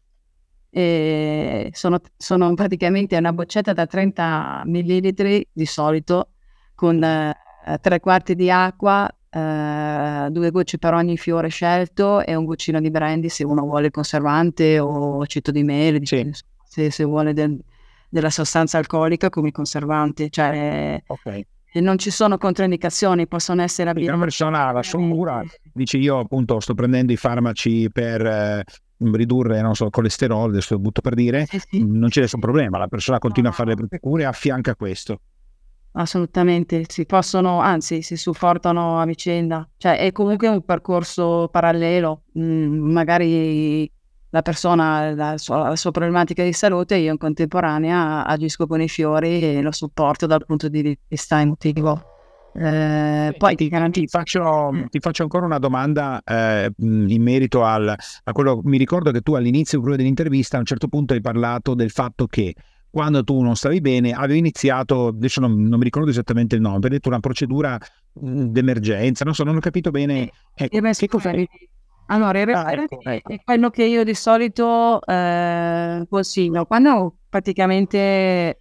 E sono, sono praticamente una boccetta da trenta millilitri di solito con eh, tre quarti di acqua, eh, due gocce per ogni fiore scelto e un goccino di brandy se uno vuole il conservante o aceto di mele, Sì. se, se vuole del- della sostanza alcolica come conservante, cioè Ok. eh, non ci sono controindicazioni, possono essere Quindi una abbinate. persona ha la sua cura, dice io appunto sto prendendo i farmaci per eh, ridurre, non so, il colesterolo, adesso lo butto per dire, Sì, sì. non c'è nessun problema, la persona continua a fare le No. proprie cure e affianca questo. Assolutamente, si possono, anzi, si supportano a vicenda, cioè è comunque un percorso parallelo. Mm, magari la persona ha la sua, la sua problematica di salute, io in contemporanea agisco con i fiori e lo supporto dal punto di vista emotivo. Eh, poi Ti, ti faccio, ti faccio ancora una domanda eh, in merito al, a quello. Mi ricordo che tu all'inizio proprio dell'intervista a un certo punto hai parlato del fatto che quando tu non stavi bene avevi iniziato, adesso non, non mi ricordo esattamente il nome, avevi detto una procedura mh, d'emergenza, non so, non ho capito bene. Ecco, Eh beh, che cos'è? scusami. Allora, in Ah, realtà ecco, ecco. è quello che io di solito eh, consiglio. Quando praticamente...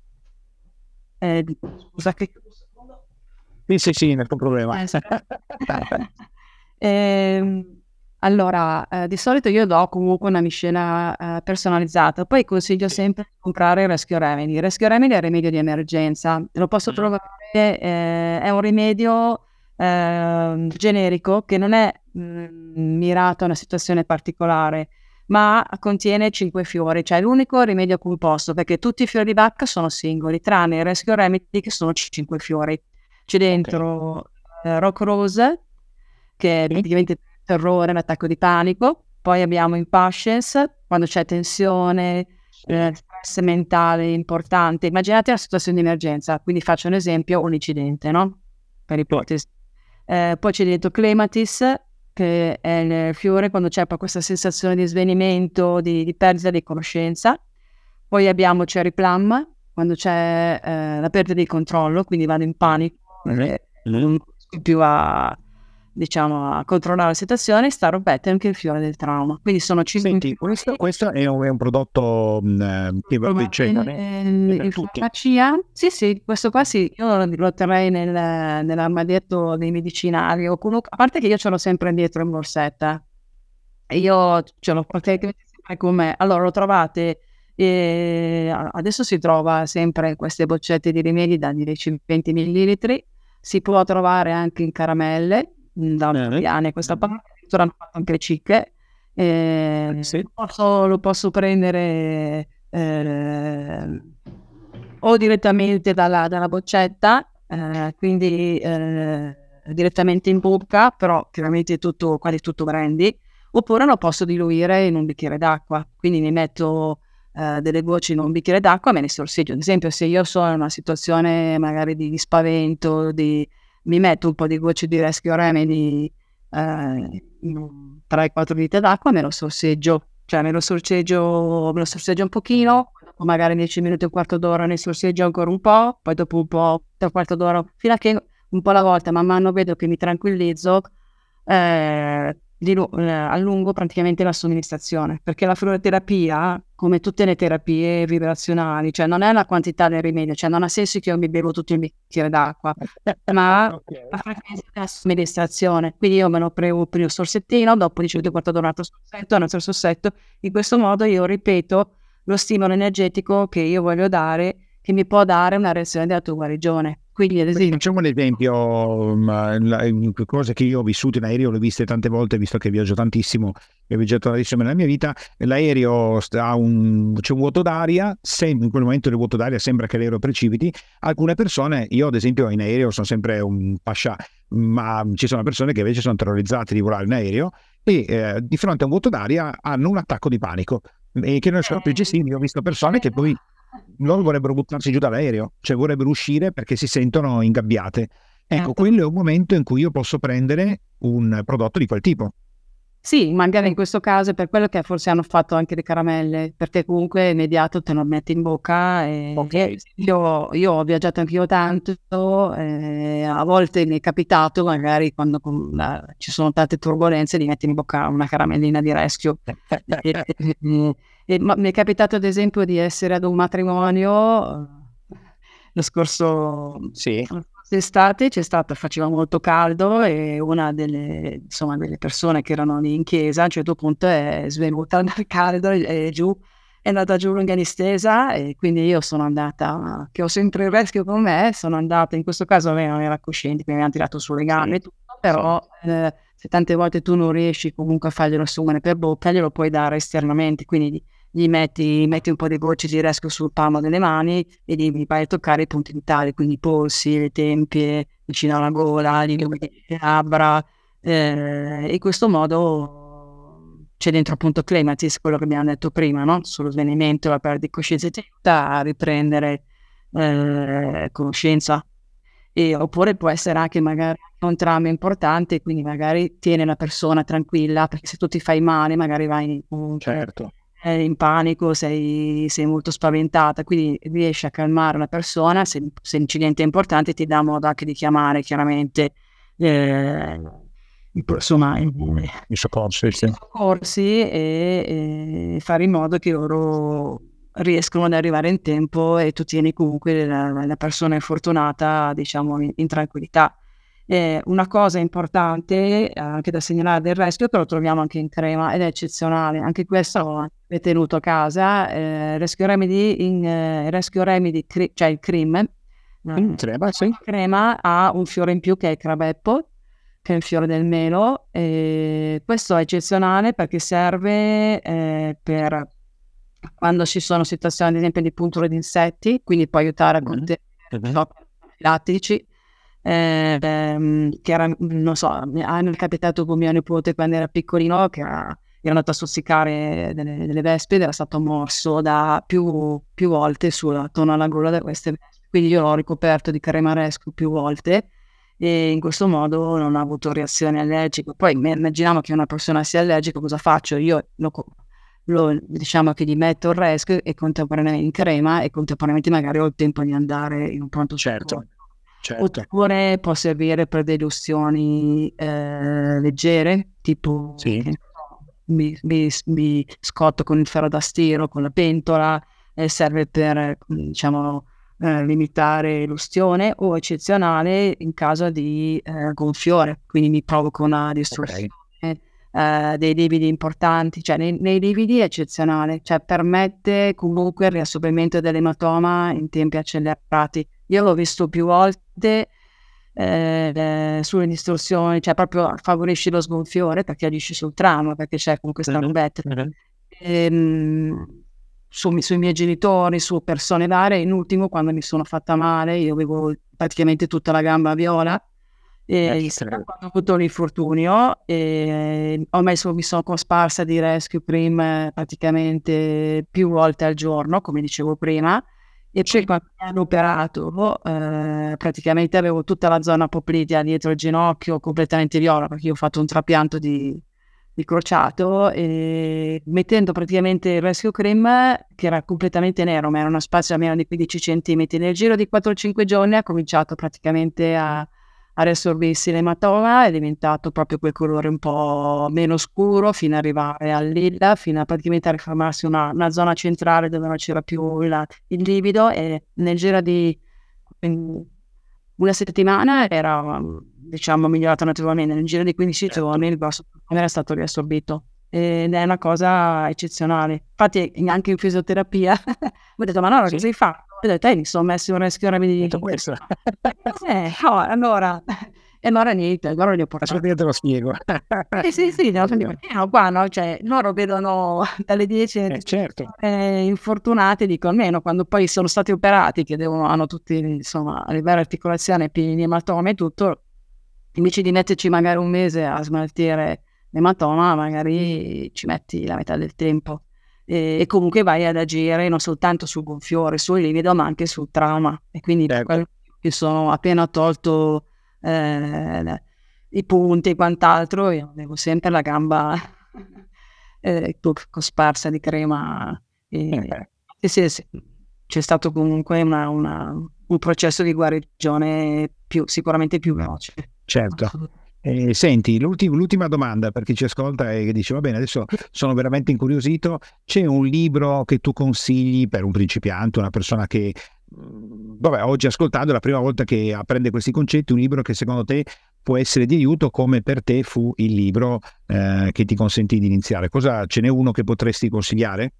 eh, scusa, che... Sì, sì, sì, nessun problema. Eh, Ehm, allora, eh, di solito io do comunque una miscela eh, personalizzata, poi consiglio sempre di comprare il Rescue Remedy. Il Rescue Remedy è il rimedio di emergenza, lo posso Mm. trovare, eh, è un rimedio ehm, generico che non è mh, mirato a una situazione particolare, ma contiene cinque fiori, cioè è l'unico rimedio composto, perché tutti i fiori di bacca sono singoli, tranne il Rescue Remedy che sono cinque fiori. C'è dentro eh, Rock Rose, che è praticamente terrore, un attacco di panico. Poi abbiamo Impatience, quando c'è tensione, eh, stress mentale importante. Immaginate una situazione di emergenza, quindi faccio un esempio, un incidente, no? Per ipotesi. Eh, poi c'è dentro Clematis, che è il fiore quando c'è poi questa sensazione di svenimento, di, di perdita di conoscenza. Poi abbiamo Cherry Plum, quando c'è eh, la perdita di controllo, quindi vado in panico, e non riesco più a, diciamo, a controllare la situazione. Star of Battle, che è il fiore del trauma. Quindi sono cinque. Senti, questo, questo è, un, è un prodotto mh, che va cioè, non è, è per in tutti. farmacia, sì, sì, questo qua sì, io lo, lo terrei nel, nell'armadietto dei medicinali, o comunque, a parte che io ce l'ho sempre dietro in borsetta, io ce l'ho praticamente sempre con me. Allora lo trovate, eh, adesso si trova sempre queste boccette di rimedi da dieci venti millilitri, si può trovare anche in caramelle, mh, da Eh. anni a questa parte, addirittura hanno fatto anche le cicche. Eh, Sì. lo, posso, lo posso prendere eh, o direttamente dalla, dalla boccetta, eh, quindi eh, direttamente in bocca, però chiaramente tutto, quasi tutto brandy, oppure lo posso diluire in un bicchiere d'acqua, quindi mi metto eh, delle gocce in un bicchiere d'acqua e me ne sorseggio. Ad esempio, se io sono in una situazione magari di, di spavento, di, mi metto un po' di gocce di Rescue Remedy eh, tre quattro litri d'acqua, me lo sorseggio, cioè me lo sorseggio, me lo sorseggio un pochino, dopo magari dieci minuti, un quarto d'ora ne sorseggio ancora un po', poi dopo un po', un quarto d'ora, fino a che un po' alla volta, man mano vedo che mi tranquillizzo, eh, dilu- eh, allungo praticamente la somministrazione, perché la fluoroterapia, come tutte le terapie vibrazionali, cioè non è la quantità del rimedio, cioè non ha senso che io mi bevo tutto il bicchiere d'acqua, ma Okay. la frequenza della somministrazione. Quindi io me lo prendo prima il sorsettino, dopo dici un quarto d'ora un altro sorsetto, un altro sorsetto. In questo modo io ripeto lo stimolo energetico che io voglio dare, che mi può dare una reazione di autoguarigione. Quindi ad Quindi esempio, facciamo un esempio, ma, la- cose che io ho vissuto in aereo, le ho viste tante volte, visto che viaggio tantissimo, e ho viaggiato tantissimo nella mia vita. L'aereo ha un, c'è un vuoto d'aria, se in quel momento del vuoto d'aria sembra che l'aereo precipiti, alcune persone, io ad esempio in aereo sono sempre un pascià, ma ci sono persone che invece sono terrorizzate di volare in aereo e eh, di fronte a un vuoto d'aria hanno un attacco di panico e che non sono più gestibili. Ho visto persone che poi loro vorrebbero buttarsi giù dall'aereo, cioè vorrebbero uscire perché si sentono ingabbiate. Ecco, certo. quello è un momento in cui io posso prendere un prodotto di quel tipo. Sì, magari in questo caso è per quello che forse hanno fatto anche le caramelle, perché comunque è immediato te lo metti in bocca e Ok. io, io ho viaggiato anch'io tanto, e a volte mi è capitato, magari quando con la- ci sono tante turbolenze, di mettere in bocca una caramellina di Rescue. E- e- e- ma mi è capitato ad esempio di essere ad un matrimonio eh, lo scorso Sì. estate, c'è stata, faceva molto caldo e una delle, insomma, delle persone che erano lì in chiesa a un certo punto è svenuta dal caldo e, e giù, è andata giù lunga distesa e quindi io sono andata, che ho sempre il Rescue con me, sono andata, in questo caso lei non era cosciente, quindi mi hanno tirato sulle gambe e tutto, però eh, se tante volte tu non riesci comunque a farglielo assumere per bocca, glielo puoi dare esternamente, quindi gli metti, metti un po' di gocce di Rescue sul palmo delle mani e gli gli vai a toccare i punti vitali, quindi i polsi, le tempie, vicino alla gola, gli illumini le labbra. Eh, in questo modo c'è dentro appunto Clematis, quello che abbiamo detto prima, no? Sullo svenimento, la perdita di coscienza, ti aiuta a riprendere eh, conoscenza. E, oppure può essere anche magari un trauma importante, quindi magari tiene la persona tranquilla, perché se tu ti fai male, magari vai in, Certo. eh, in panico, sei, sei molto spaventata, quindi riesci a calmare una persona, se, se l'incidente è importante ti dà modo anche di chiamare chiaramente eh, i- insomma, i Mi soccorso, sì. soccorsi e, e fare in modo che loro riescono ad arrivare in tempo e tu tieni comunque la, la persona infortunata, diciamo, in, in tranquillità. Eh, una cosa importante eh, anche da segnalare del Rescue, che lo troviamo anche in crema ed è eccezionale, anche questo è tenuto a casa, eh, Rescue Remedy, in, eh, Rescue Remedy cre- cioè il cream, Mm, crema, sì. crema ha un fiore in più che è il crabapple, che è il fiore del melo. E questo è eccezionale perché serve eh, per quando ci sono situazioni, ad esempio, di punture di insetti, quindi può aiutare a contenere Mhm. shock anafilattici. Eh, ehm, che era, non so, mi mi è capitato con mio nipote quando era piccolino che era, era andato a stuzzicare delle, delle vespe ed era stato morso da più, più volte sulla, attorno alla gola da queste vespe. Quindi io l'ho ricoperto di crema rescue più volte e in questo modo non ha avuto reazioni allergiche. Poi me- immaginiamo che una persona sia allergica, cosa faccio? Io lo, co- lo- diciamo che gli metto il rescue e contemporaneamente in crema e contemporaneamente magari ho il tempo di andare in un pronto Certo, soccorso. certo. Oppure può servire per delle ustioni eh, leggere, tipo Sì. che ne so, mi, mi- mi scotto con il ferro da stiro, con la pentola, e serve per, eh, diciamo, eh, limitare l'ustione, o eccezionale in caso di eh, gonfiore, quindi mi provoca una distorsione eh, dei lividi importanti, cioè nei, nei lividi è eccezionale, cioè permette comunque il riassorbimento dell'ematoma in tempi accelerati. Io l'ho visto più volte eh, eh, sulle distorsioni, cioè proprio favorisce lo sgonfiore perché agisce sul trama, perché c'è comunque questa Mhm, robetta. mhm. Ehm, su- sui miei genitori, su persone varie. In ultimo, quando mi sono fatta male, io avevo praticamente tutta la gamba viola. E Eh, quando ho avuto l'infortunio, e ho messo, mi sono cosparsa di rescue cream eh, praticamente più volte al giorno, come dicevo prima. E poi quando mi hanno operato, eh, praticamente avevo tutta la zona poplitea dietro il ginocchio completamente viola, perché io ho fatto un trapianto di, di crociato, e mettendo praticamente il rescue cream, che era completamente nero, ma era uno spazio almeno di quindici centimetri, nel giro di quattro cinque giorni ha cominciato praticamente a, a riassorbirsi l'ematoma, è diventato proprio quel colore un po' meno scuro, fino ad arrivare al lilla, fino a praticamente a riformarsi una, una zona centrale dove non c'era più il, il livido, e nel giro di mm, una settimana era, diciamo, migliorato naturalmente. Nel giro di quindici giorni il grosso problema era stato riassorbito ed è una cosa eccezionale. Infatti anche in fisioterapia ho detto: ma no, Sì. cosa hai fatto? Ho detto: eh, mi sono messo un rescue di Detto questo. eh, oh, allora e allora niente, allora li ho portati. Aspetta, io te lo spiego. Eh sì, sì, no, quindi, eh, no, qua no, cioè loro vedono dalle dieci Eh, certo. eh, infortunati, dico, almeno quando poi sono stati operati, che devono, hanno tutti, insomma, a livello articolazione pieni di ematome e tutto, invece di metterci magari un mese a smaltire l'ematoma, magari ci metti la metà del tempo. E, e comunque vai ad agire non soltanto sul gonfiore, sul livido, ma anche sul trauma. E quindi per Certo. quello che sono appena tolto eh, i punti e quant'altro, io avevo sempre la gamba eh, co- cosparsa di crema. E, Eh, e sì, sì, c'è stato comunque una- una- un processo di guarigione più, sicuramente più veloce. certo. Assolutamente. Eh, senti, l'ulti- l'ultima domanda per chi ci ascolta e che dice: va bene, adesso sono veramente incuriosito. C'è un libro che tu consigli per un principiante, una persona che, mh, vabbè, oggi ascoltando è la prima volta che apprende questi concetti, un libro che secondo te può essere di aiuto, come per te fu il libro eh, che ti consentì di iniziare? Cosa, ce n'è uno che potresti consigliare?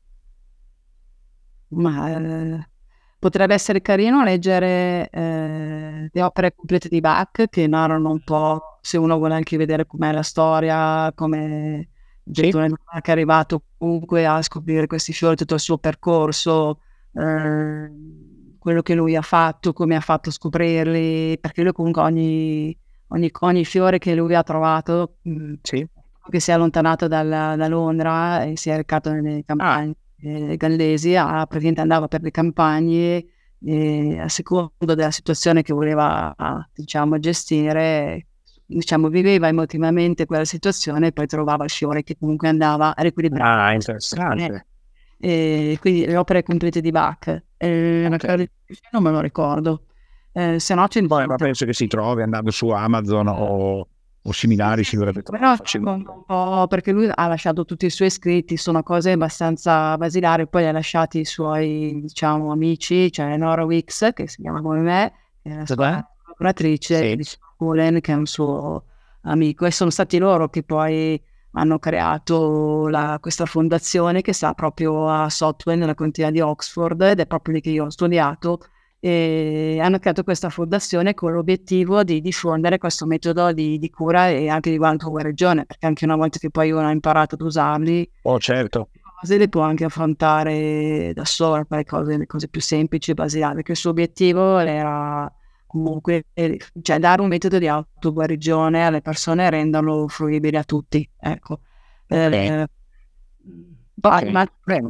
Ma eh, potrebbe essere carino leggere eh, le opere complete di Bach, che narrano un po', se uno vuole anche vedere com'è la storia, come Sì. Beethoven è arrivato comunque a scoprire questi fiori, tutto il suo percorso, eh, quello che lui ha fatto, come ha fatto a scoprirli, perché lui comunque ogni, ogni, ogni fiore che lui ha trovato, mh, Sì. che si è allontanato dalla- da Londra e si è recato nelle campagne eh, gallesi, a, praticamente andava per le campagne e a secondo della situazione che voleva, diciamo, gestire, diciamo, viveva emotivamente quella situazione e poi trovava il fiore che comunque andava a riequilibrare. Ah, interessante. E quindi le opere complete di Bach. Eh, la Ok. cosa di- non me lo ricordo. Eh, se no ce ne Poi, sono ma penso che si trovi andando su Amazon o, o similari, si dovrebbe però trovare facilmente. un po' perché lui ha lasciato tutti i suoi scritti, sono cose abbastanza basilari, poi ha lasciato i suoi, diciamo, amici, cioè Nora Wicks, che si chiama come me, che è la sua Dov'è? collaboratrice, Sì. e di Cullen, che è un suo amico, e sono stati loro che poi hanno creato la- questa fondazione che sta proprio a Sotwell, nella contea di Oxford, ed è proprio lì che io ho studiato, e hanno creato questa fondazione con l'obiettivo di diffondere questo metodo di, di cura e anche di autoguarigione, perché anche una volta che poi uno ha imparato ad usarli, oh certo, le cose le può anche affrontare da sola, per le cose, le cose più semplici e basilari, perché il suo obiettivo era comunque, cioè, dare un metodo di autoguarigione alle persone e renderlo fruibile a tutti, ecco. Eh, okay. ma,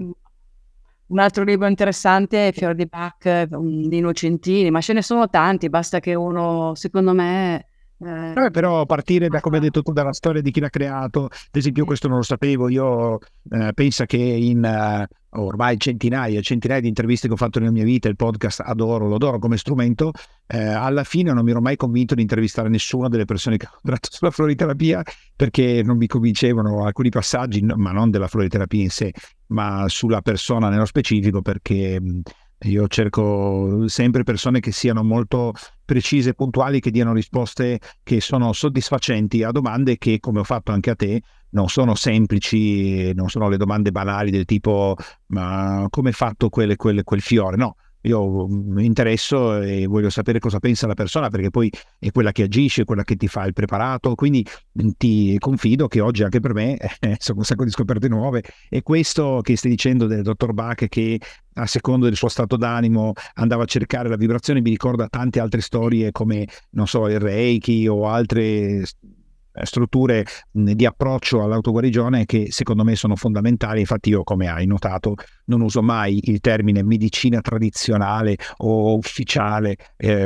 un altro libro interessante è Fior di Bach di Innocentini, ma ce ne sono tanti, basta che uno, secondo me... Eh... Vabbè, però partire da, come hai detto tu, dalla storia di chi l'ha creato, ad esempio questo non lo sapevo, io eh, penso che in uh, ormai centinaia e centinaia di interviste che ho fatto nella mia vita, il podcast adoro, lo adoro come strumento, eh, alla fine non mi ero mai convinto di intervistare nessuna delle persone che ho tratto sulla floriterapia, perché non mi convincevano alcuni passaggi, ma non della floriterapia in sé, ma sulla persona nello specifico, perché io cerco sempre persone che siano molto precise e puntuali, che diano risposte che sono soddisfacenti a domande che, come ho fatto anche a te, non sono semplici, non sono le domande banali del tipo ma come è fatto quel, quel, quel fiore, no. Io mi interesso e voglio sapere cosa pensa la persona, perché poi è quella che agisce, quella che ti fa il preparato, quindi ti confido che oggi anche per me eh, sono un sacco di scoperte nuove, e questo che stai dicendo del dottor Bach, che a secondo del suo stato d'animo andava a cercare la vibrazione, mi ricorda tante altre storie come, non so, il Reiki o altre strutture di approccio all'autoguarigione che secondo me sono fondamentali. Infatti io, come hai notato, non uso mai il termine medicina tradizionale o ufficiale, eh,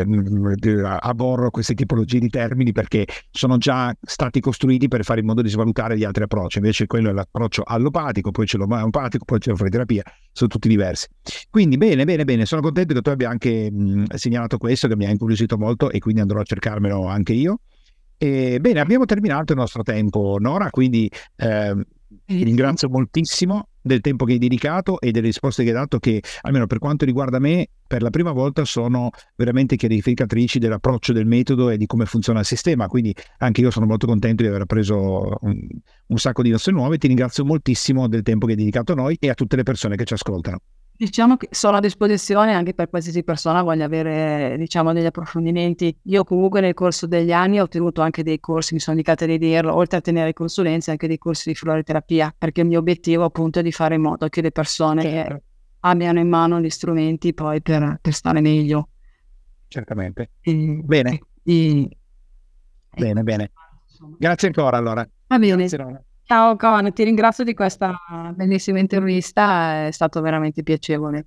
aborro queste tipologie di termini perché sono già stati costruiti per fare in modo di svalutare gli altri approcci. Invece quello è l'approccio allopatico, poi c'è l'omeopatico, poi c'è la floriterapia, sono tutti diversi. Quindi bene, bene, bene, sono contento che tu abbia anche mh, segnalato questo, che mi ha incuriosito molto, e quindi andrò a cercarmelo anche io. E bene, abbiamo terminato il nostro tempo, Nora, quindi eh, ti ringrazio moltissimo del tempo che hai dedicato e delle risposte che hai dato, che almeno per quanto riguarda me, per la prima volta sono veramente chiarificatrici dell'approccio, del metodo e di come funziona il sistema. Quindi anche io sono molto contento di aver preso un, un sacco di nozioni nuove. Ti ringrazio moltissimo del tempo che hai dedicato a noi e a tutte le persone che ci ascoltano. Diciamo che sono a disposizione anche per qualsiasi persona voglia avere, diciamo, degli approfondimenti. Io comunque nel corso degli anni ho tenuto anche dei corsi, mi sono dedicata di dirlo, oltre a tenere consulenze, anche dei corsi di floriterapia, perché il mio obiettivo appunto è di fare in modo che le persone certo. abbiano in mano gli strumenti poi per, per stare meglio. Certamente. E, bene. E, bene, e, bene. Grazie ancora allora. Va bene. Grazie, Nora. Ciao Con, ti ringrazio di questa bellissima intervista, è stato veramente piacevole.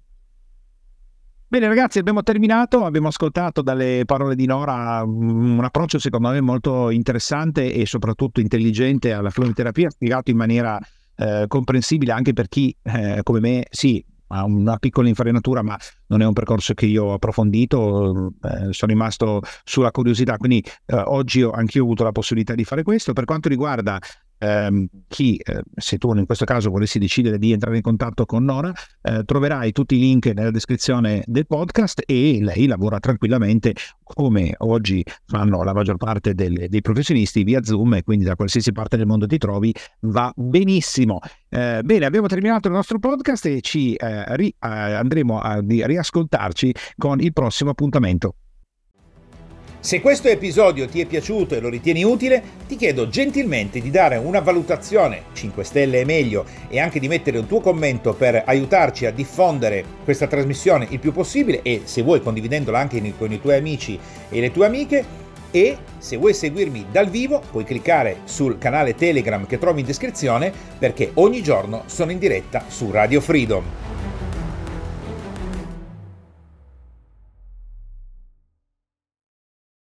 Bene ragazzi, abbiamo terminato, abbiamo ascoltato dalle parole di Nora un approccio secondo me molto interessante e soprattutto intelligente alla floriterapia, spiegato in maniera eh, comprensibile anche per chi eh, come me, sì, ha una piccola infarinatura, ma non è un percorso che io ho approfondito, eh, sono rimasto sulla curiosità, quindi eh, oggi ho, anch'io ho avuto la possibilità di fare questo. Per quanto riguarda Um, chi, eh, se tu in questo caso volessi decidere di entrare in contatto con Nora, eh, troverai tutti i link nella descrizione del podcast, e lei lavora tranquillamente come oggi fanno la maggior parte delle, dei professionisti via Zoom, e quindi da qualsiasi parte del mondo ti trovi va benissimo. Eh, bene, abbiamo terminato il nostro podcast e ci eh, ri, eh, andremo a di riascoltarci con il prossimo appuntamento. Se questo episodio ti è piaciuto e lo ritieni utile, ti chiedo gentilmente di dare una valutazione, cinque stelle e meglio, e anche di mettere un tuo commento per aiutarci a diffondere questa trasmissione il più possibile, e se vuoi condividendola anche con i tuoi amici e le tue amiche. E se vuoi seguirmi dal vivo puoi cliccare sul canale Telegram che trovi in descrizione, perché ogni giorno sono in diretta su Radio Freedom.